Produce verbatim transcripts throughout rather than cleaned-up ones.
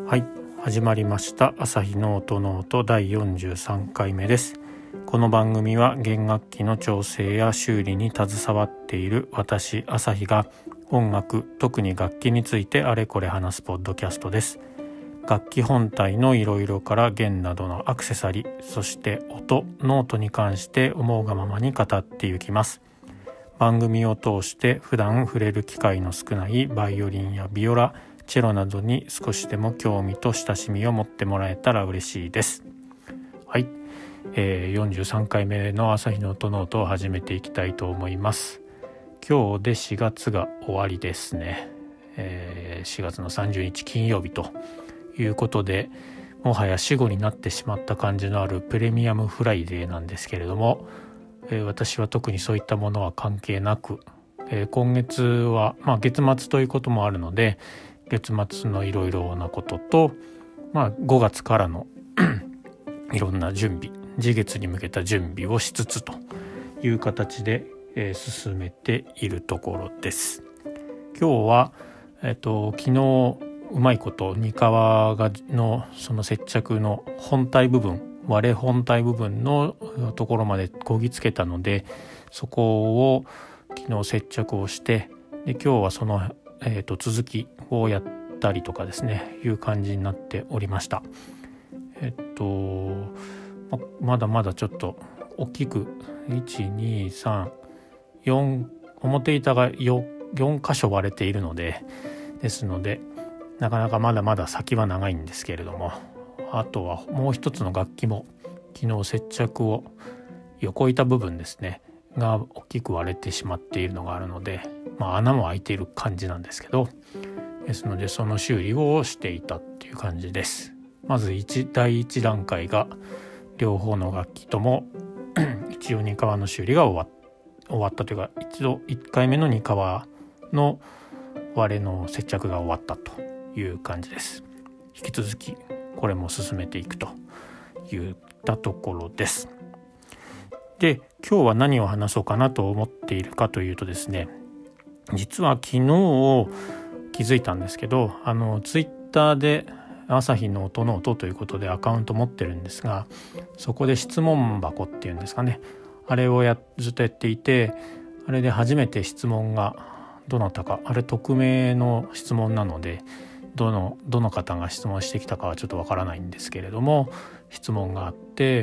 はい、始まりました朝日ノートノートだいよんじゅうさんかいめです。この番組は弦楽器の調整や修理に携わっている私朝日が音楽、特に楽器についてあれこれ話すポッドキャストです。楽器本体のいろいろから弦などのアクセサリー、そして音、ノートに関して思うがままに語っていきます。番組を通して普段触れる機会の少ないバイオリンやビオラ、チェロなどに少しでも興味と親しみを持ってもらえたら嬉しいです。はい、えー、よんじゅうさんかいめの朝日ノートノートを始めていきたいと思います。今日でしがつが終わりですね。えー、しがつのさんじゅうにち金曜日ということで、もはや死後になってしまった感じのあるプレミアムフライデーなんですけれども、えー、私は特にそういったものは関係なく、えー、今月は、まあ、月末ということもあるので、月末のいろいろなことと、まあ、ごがつからのいろんな準備、次月に向けた準備をしつつという形で、えー、進めているところです。今日は、えっと、昨日うまいことに革がのその接着の本体部分、割れ本体部分のところまでこぎつけたので、そこを昨日接着をして、で今日はその、えー、と続きをやったりとかですね、いう感じになっておりました。えっとままだまだちょっと大きくいち、に、さん、よん表板が 4, 4箇所割れているのでですのでなかなかまだまだ先は長いんですけれども、あとはもう一つの楽器も昨日接着を横板部分ですねが大きく割れてしまっているのがあるので、まあ、穴も開いている感じなんですけど、ですのでその修理をしていたっていう感じです。まず一第一段階が両方の楽器とも一応に革の修理が終わっ終わったというか、一度いっかいめのに革の割れの接着が終わったという感じです。引き続きこれも進めていくといったところです。で、今日は何を話そうかなと思っているかというとですね、実は昨日気づいたんですけど、あのツイッターで朝日ノートノートということでアカウント持ってるんですが、そこで質問箱っていうんですかね、あれをやずっとやっていて、あれで初めて質問がどなたか、あれ匿名の質問なのでどのどの方が質問してきたかはちょっとわからないんですけれども、質問があって、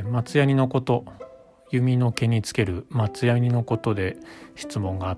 松ヤニのこと、弓の毛につける松ヤニのことで質問があって、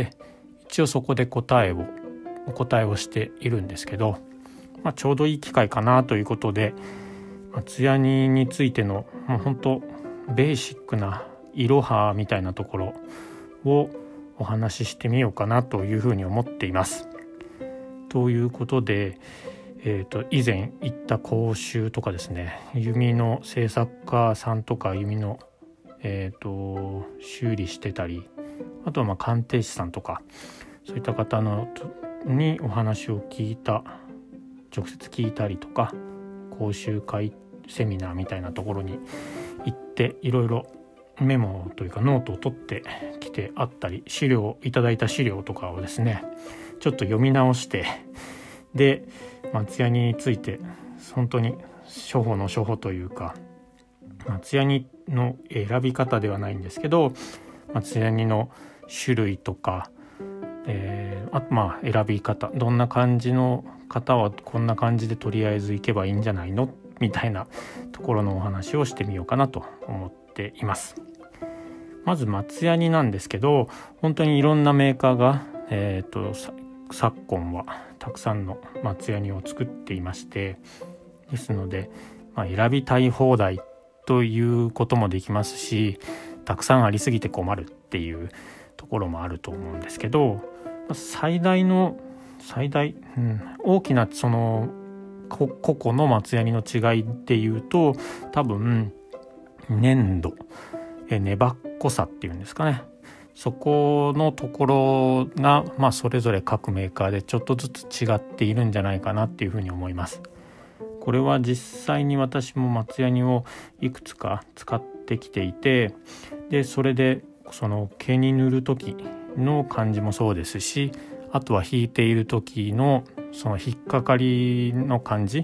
一応そこで答えをお答えをしているんですけど、まあ、ちょうどいい機会かなということで、松ヤニについての、まあ、本当ベーシックなイロハみたいなところをお話ししてみようかなというふうに思っています。ということで、えー、と以前行った講習とかですね、弓の製作家さんとか弓の、えー、と修理してたり、あとはまあ鑑定士さんとかそういった方のにお話を聞いた、直接聞いたりとか、講習会セミナーみたいなところに行っていろいろメモというかノートを取ってきてあったり、資料いただいた資料とかをですねちょっと読み直して、で松ヤニについて本当に初歩の初歩というか、松ヤニの選び方ではないんですけど、松ヤニの種類とか、えー、あまあ選び方、どんな感じの方はこんな感じでとりあえず行けばいいんじゃないのみたいなところのお話をしてみようかなと思っています。まず松ヤニなんですけど、本当にいろんなメーカーが、えー、と昨今はたくさんの松ヤニを作っていまして、ですので、まあ、選びたい放題ということもできますし、たくさんありすぎて困るっていうところもあると思うんですけど、最大の最大、うん、大きなその個々の松ヤニの違いっていうと、多分粘度、え粘っこさっていうんですかね、そこのところが、まあ、それぞれ各メーカーでちょっとずつ違っているんじゃないかなっていうふうに思います。これは実際に私も松ヤニをいくつか使ってきていて、でそれでその毛に塗る時の感じもそうですし、あとは引いている時のその引っかかりの感じ、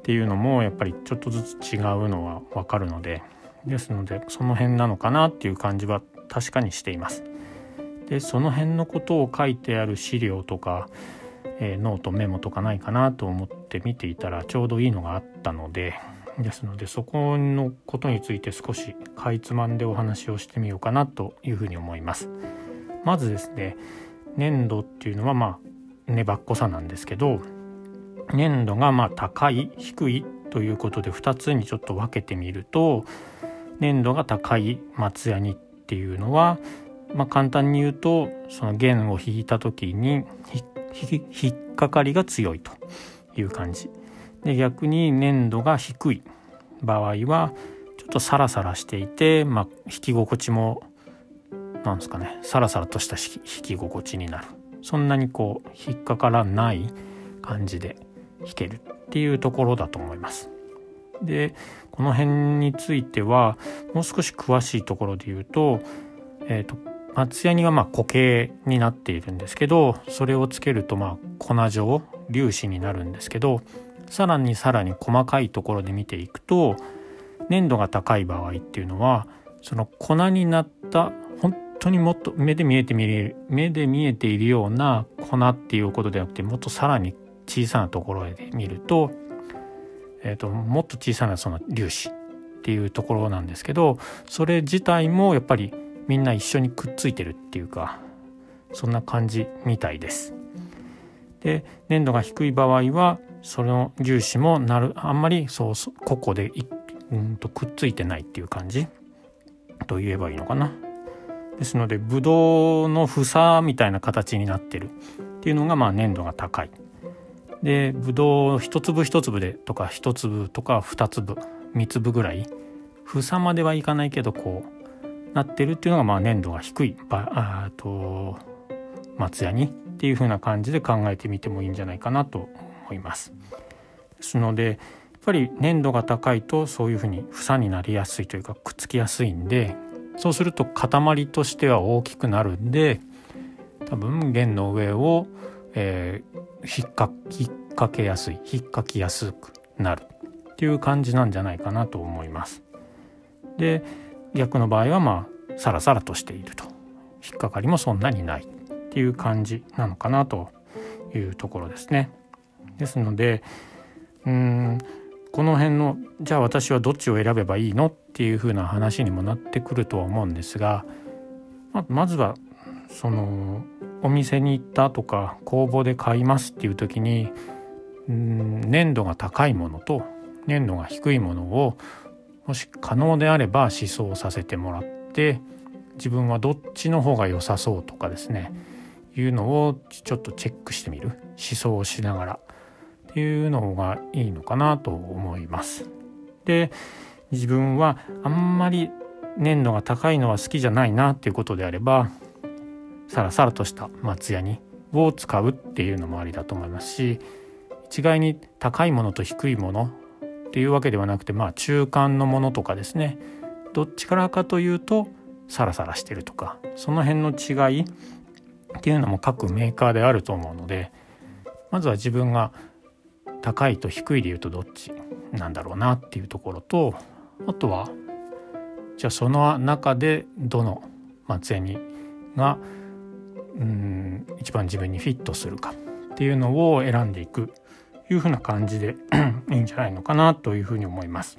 っていうのもやっぱりちょっとずつ違うのは分かるので、ですのでその辺なのかなっていう感じは確かにしています。でその辺のことを書いてある資料とか、えー、ノートメモとかないかなと思って見ていたらちょうどいいのがあったので、ですのでそこのことについて少しかいつまんでお話をしてみようかなというふうに思います。まずですね、粘度っていうのはまあ粘っこさなんですけど、粘度がまあ高い低いということでふたつにちょっと分けてみると、粘度が高い松ヤニっていうのは、まあ、簡単に言うとその弦を弾いた時に引っかかりが強いという感じで、逆に粘度が低い場合はちょっとサラサラしていて、まあ、弾き心地もなんですかね、サラサラとした弾き心地になる、そんなにこう引っかからない感じで弾けるっていうところだと思います。でこの辺についてはもう少し詳しいところで言うと、えーと松ヤニはまあ固形になっているんですけど、それをつけるとまあ粉状粒子になるんですけど、さらにさらに細かいところで見ていくと、粘度が高い場合っていうのはその粉になった本当にもっと目で見えて見える目で見えているような粉っていうことではなくて、もっとさらに小さなところで見ると、えーともっと小さなその粒子っていうところなんですけど、それ自体もやっぱりみんな一緒にくっついてるっていうか、そんな感じみたいです。で粘度が低い場合はその粒子もなるあんまりそう個々でうんとくっついてないっていう感じと言えばいいのかな。ですのでブドウの房みたいな形になってるっていうのがまあ粘度が高いで、ブドウ一粒一粒でとか一粒とか二粒三粒ぐらい、房まではいかないけどこうなってるっていうのがまあ粘度が低いあと松ヤニっていう風な感じで考えてみてもいいんじゃないかなと思います。ですのでやっぱり粘度が高いとそういう風に房になりやすいというかくっつきやすいんで、そうすると塊としては大きくなるんで、多分弦の上を、えー、引っか引っ掛けやすい引っかきやすくなるっていう感じなんじゃないかなと思います。で逆の場合はまあサラサラとしていると、引っかかりもそんなにないっていう感じなのかなというところですね。ですのでうーんこの辺のじゃあ私はどっちを選べばいいのっていう風な話にもなってくるとは思うんですが、ま, まずはそのお店に行ったとか工房で買いますっていう時にうーん粘度が高いものと粘度が低いものをもし可能であれば試奏させてもらって、自分はどっちの方が良さそうとかですねいうのをちょっとチェックしてみる、試奏をしながらっていうのがいいのかなと思います。で自分はあんまり粘度が高いのは好きじゃないなっていうことであれば、サラサラとした松ヤニを使うっていうのもありだと思いますし、一概に高いものと低いものっていうわけではなくて、まあ中間のものとかですね、どっちからかというとサラサラしてるとか、その辺の違いっていうのも各メーカーであると思うので、まずは自分が高いと低いでいうとどっちなんだろうなっていうところと、あとはじゃあその中でどの松ヤニがうーん一番自分にフィットするかっていうのを選んでいくいうふうな感じでいいんじゃないのかなというふうに思います。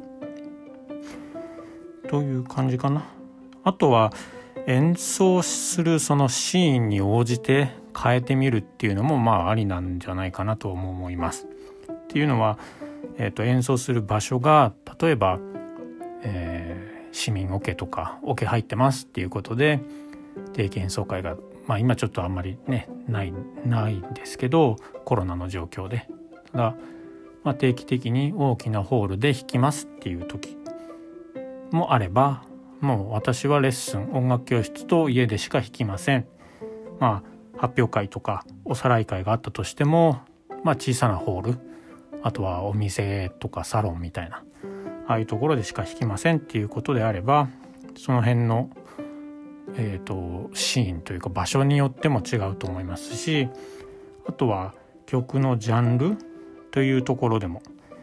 という感じかな。あとは演奏するそのシーンに応じて変えてみるっていうのもまあありなんじゃないかなと思います。っていうのは、えーと、演奏する場所が例えば、えー、市民オケとかオケ入ってますっていうことで定期演奏会が、まあ、今ちょっとあんまりねないないんですけど、コロナの状況でただ、まあ、定期的に大きなホールで弾きますっていう時もあれば、もう私はレッスン音楽教室と家でしか弾きません、まあ、発表会とかおさらい会があったとしても、まあ、小さなホール、あとはお店とかサロンみたいなああいうところでしか弾きませんっていうことであれば、その辺の、えーと、シーンというか場所によっても違うと思いますし、あとは曲のジャンルというところでも、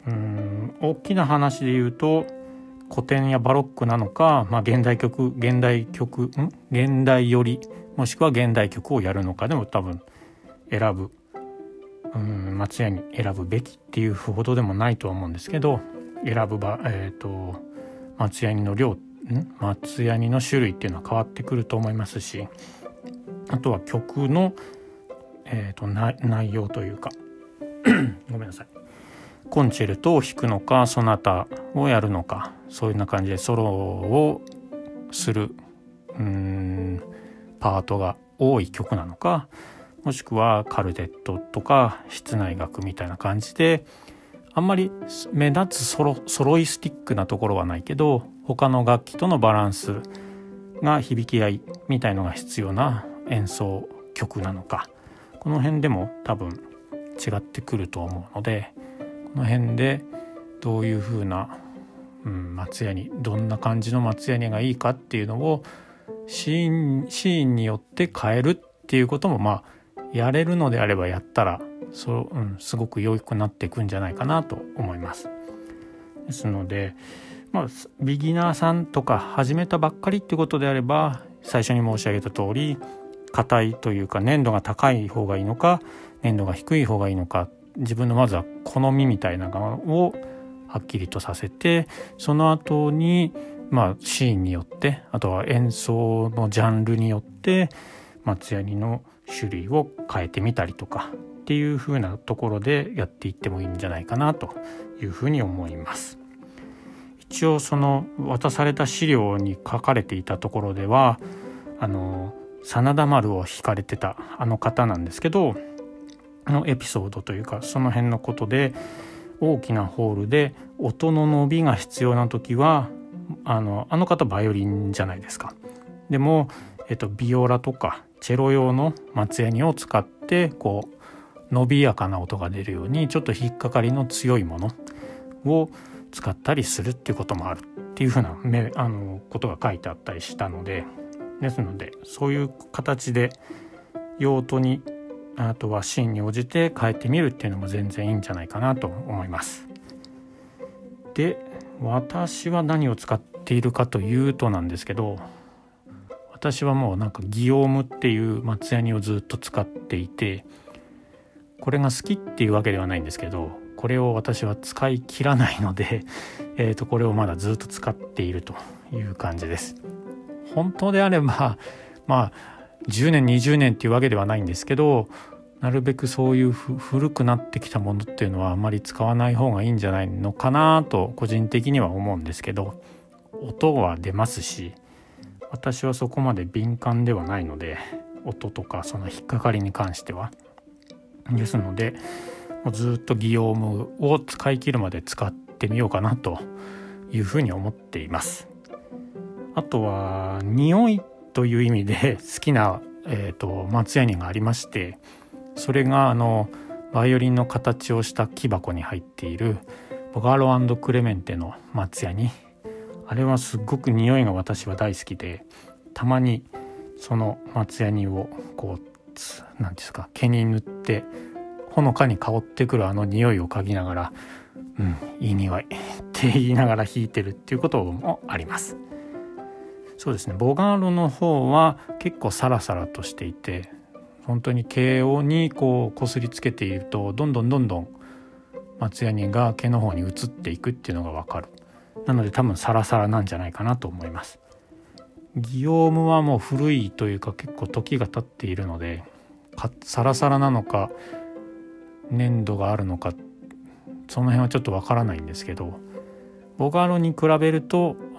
うーん大きな話で言うと古典やバロックなのか、まあ、現代曲現代曲ん現代よりもしくは現代曲をやるのかでも多分選ぶうん松屋に選ぶべきっていうほどでもないとは思うんですけど、選ぶ場、えーと松ヤニの量ん松ヤニの種類っていうのは変わってくると思いますし、あとは曲の、えーとな内容というかごめんなさいコンチェルトを弾くのかソナタをやるのか、そういうような感じでソロをするうーんパートが多い曲なのか、もしくはカルテットとか室内楽みたいな感じで、あんまり目立つソロ、ソロイスティックなところはないけど他の楽器とのバランスが響き合いみたいのが必要な演奏曲なのか、この辺でも多分違ってくると思うので、この辺でどういう風な、うん、松ヤニどんな感じの松ヤニがいいかっていうのをシーン、シーンによって変えるっていうこともまあやれるのであればやったらそう、うん、すごく良くなっていくんじゃないかなと思います。ですので、まあ、ビギナーさんとか始めたばっかりってことであれば最初に申し上げた通り硬いというか粘度が高い方がいいのか粘度が低い方がいいのか、自分のまずは好みみたいなのをはっきりとさせて、その後にまあシーンによってあとは演奏のジャンルによって松ヤニの種類を変えてみたりとかっていう風なところでやっていってもいいんじゃないかなというふうに思います。一応その渡された資料に書かれていたところではあの真田丸を弾かれてたあの方なんですけどのエピソードというかその辺のことで、大きなホールで音の伸びが必要な時はあのあの方バイオリンじゃないですか。でも、えっと、ビオラとかチェロ用の松ヤニを使ってこう伸びやかな音が出るようにちょっと引っかかりの強いものを使ったりするっていうこともあるっていうふうなめあのことが書いてあったりしたので、ですのでそういう形で用途にあとはシーンに応じて変えてみるっていうのも全然いいんじゃないかなと思います。で、私は何を使っているかというとなんですけど、私はもうなんかギオームっていう松ヤニをずっと使っていて、これが好きっていうわけではないんですけど、これを私は使い切らないので、えーとこれをまだずっと使っているという感じです。本当であればまあじゅうねんにじゅうねんっていうわけではないんですけど、なるべくそういう古くなってきたものっていうのはあまり使わない方がいいんじゃないのかなと個人的には思うんですけど、音は出ますし私はそこまで敏感ではないので、音とかその引っかかりに関してはですので、もうずっとギオームを使い切るまで使ってみようかなというふうに思っています。あとは匂いという意味で好きな、えーと、松ヤニがありまして、それがあのバイオリンの形をした木箱に入っているボガロ&クレメンテの松ヤニ、あれはすごく匂いが私は大好きで、たまにその松ヤニをこう何ですか毛に塗ってほのかに香ってくるあの匂いを嗅ぎながら、うんいい匂いって言いながら弾いてるっていうこともあります。そうですね、ボガーロの方は結構サラサラとしていて、本当に毛にこうこすりつけているとどんどんどんどん松ヤニが毛の方に移っていくっていうのが分かる。なので多分サラサラなんじゃないかなと思います。ギオームはもう古いというか結構時が経っているので、サラサラなのか粘度があるのかその辺はちょっと分からないんですけど、ボガロに比べると、うん、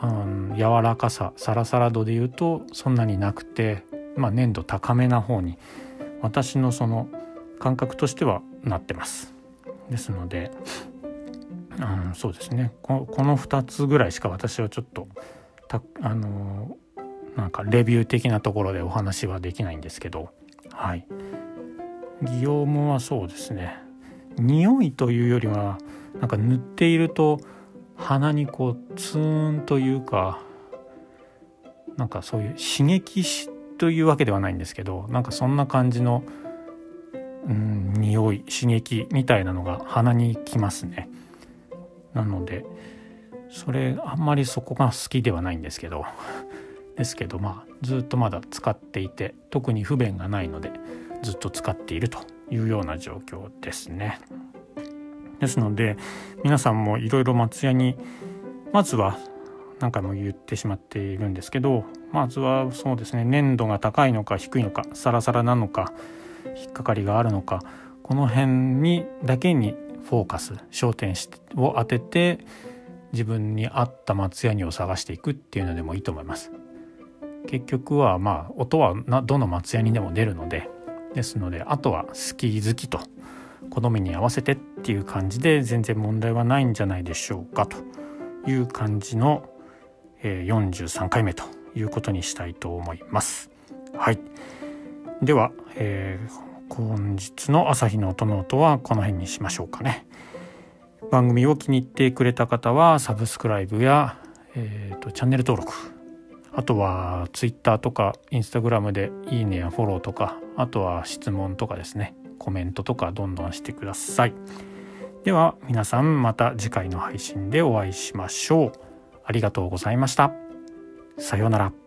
柔らかさサラサラ度でいうとそんなになくて、まあ、粘度高めな方に私のその感覚としてはなってます。ですので、うん、そうですね こ, このふたつぐらいしか私はちょっとたあのなんかレビュー的なところでお話はできないんですけど、はい、ギオームはそうですね、匂いというよりはなんか塗っていると鼻にこうツーンというか、なんかそういう刺激というわけではないんですけど、なんかそんな感じの、うん、匂い刺激みたいなのが鼻にきますね。 なのでそれあんまりそこが好きではないんですけどですけどまあずっとまだ使っていて特に不便がないのでずっと使っているというような状況ですね。ですので皆さんもいろいろ松屋にまずは何回も言ってしまっているんですけど、まずはそうですね、粘度が高いのか低いのかサラサラなのか引っかかりがあるのか、この辺にだけにフォーカス焦点を当てて自分に合った松ヤニを探していくっていうのでもいいと思います。結局はまあ音はなどの松ヤニでも出るので、ですのであとは好き好きと好みに合わせてっていう感じで全然問題はないんじゃないでしょうかという感じのよんじゅうさんかいめということにしたいと思います。はい、では、えー、本日の朝日の音の音はこの辺にしましょうかね。番組を気に入ってくれた方はサブスクライブや、えーと、チャンネル登録、あとはツイッターとかインスタグラムでいいねやフォローとか、あとは質問とかですね、コメントとかどんどんしてください。では皆さんまた次回の配信でお会いしましょう。ありがとうございました。さようなら。